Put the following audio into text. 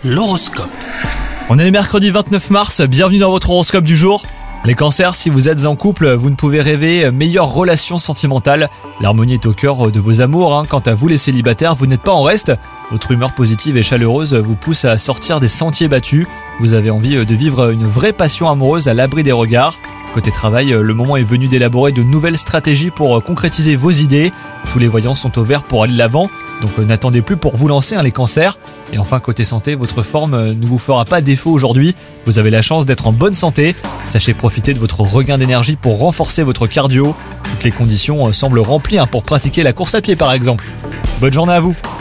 L'horoscope. On est le mercredi 29 mars, bienvenue dans votre horoscope du jour. Les cancers, si vous êtes en couple, vous ne pouvez rêver meilleure relation sentimentale. L'harmonie est au cœur de vos amours. Quant à vous les célibataires, vous n'êtes pas en reste. Votre humeur positive et chaleureuse vous pousse à sortir des sentiers battus. Vous avez envie de vivre une vraie passion amoureuse à l'abri des regards. Côté travail, le moment est venu d'élaborer de nouvelles stratégies pour concrétiser vos idées. Tous les voyants sont au vert pour aller de l'avant, donc n'attendez plus pour vous lancer les cancers. Et enfin côté santé, votre forme ne vous fera pas défaut aujourd'hui. Vous avez la chance d'être en bonne santé. Sachez profiter de votre regain d'énergie pour renforcer votre cardio. Toutes les conditions semblent remplies pour pratiquer la course à pied par exemple. Bonne journée à vous.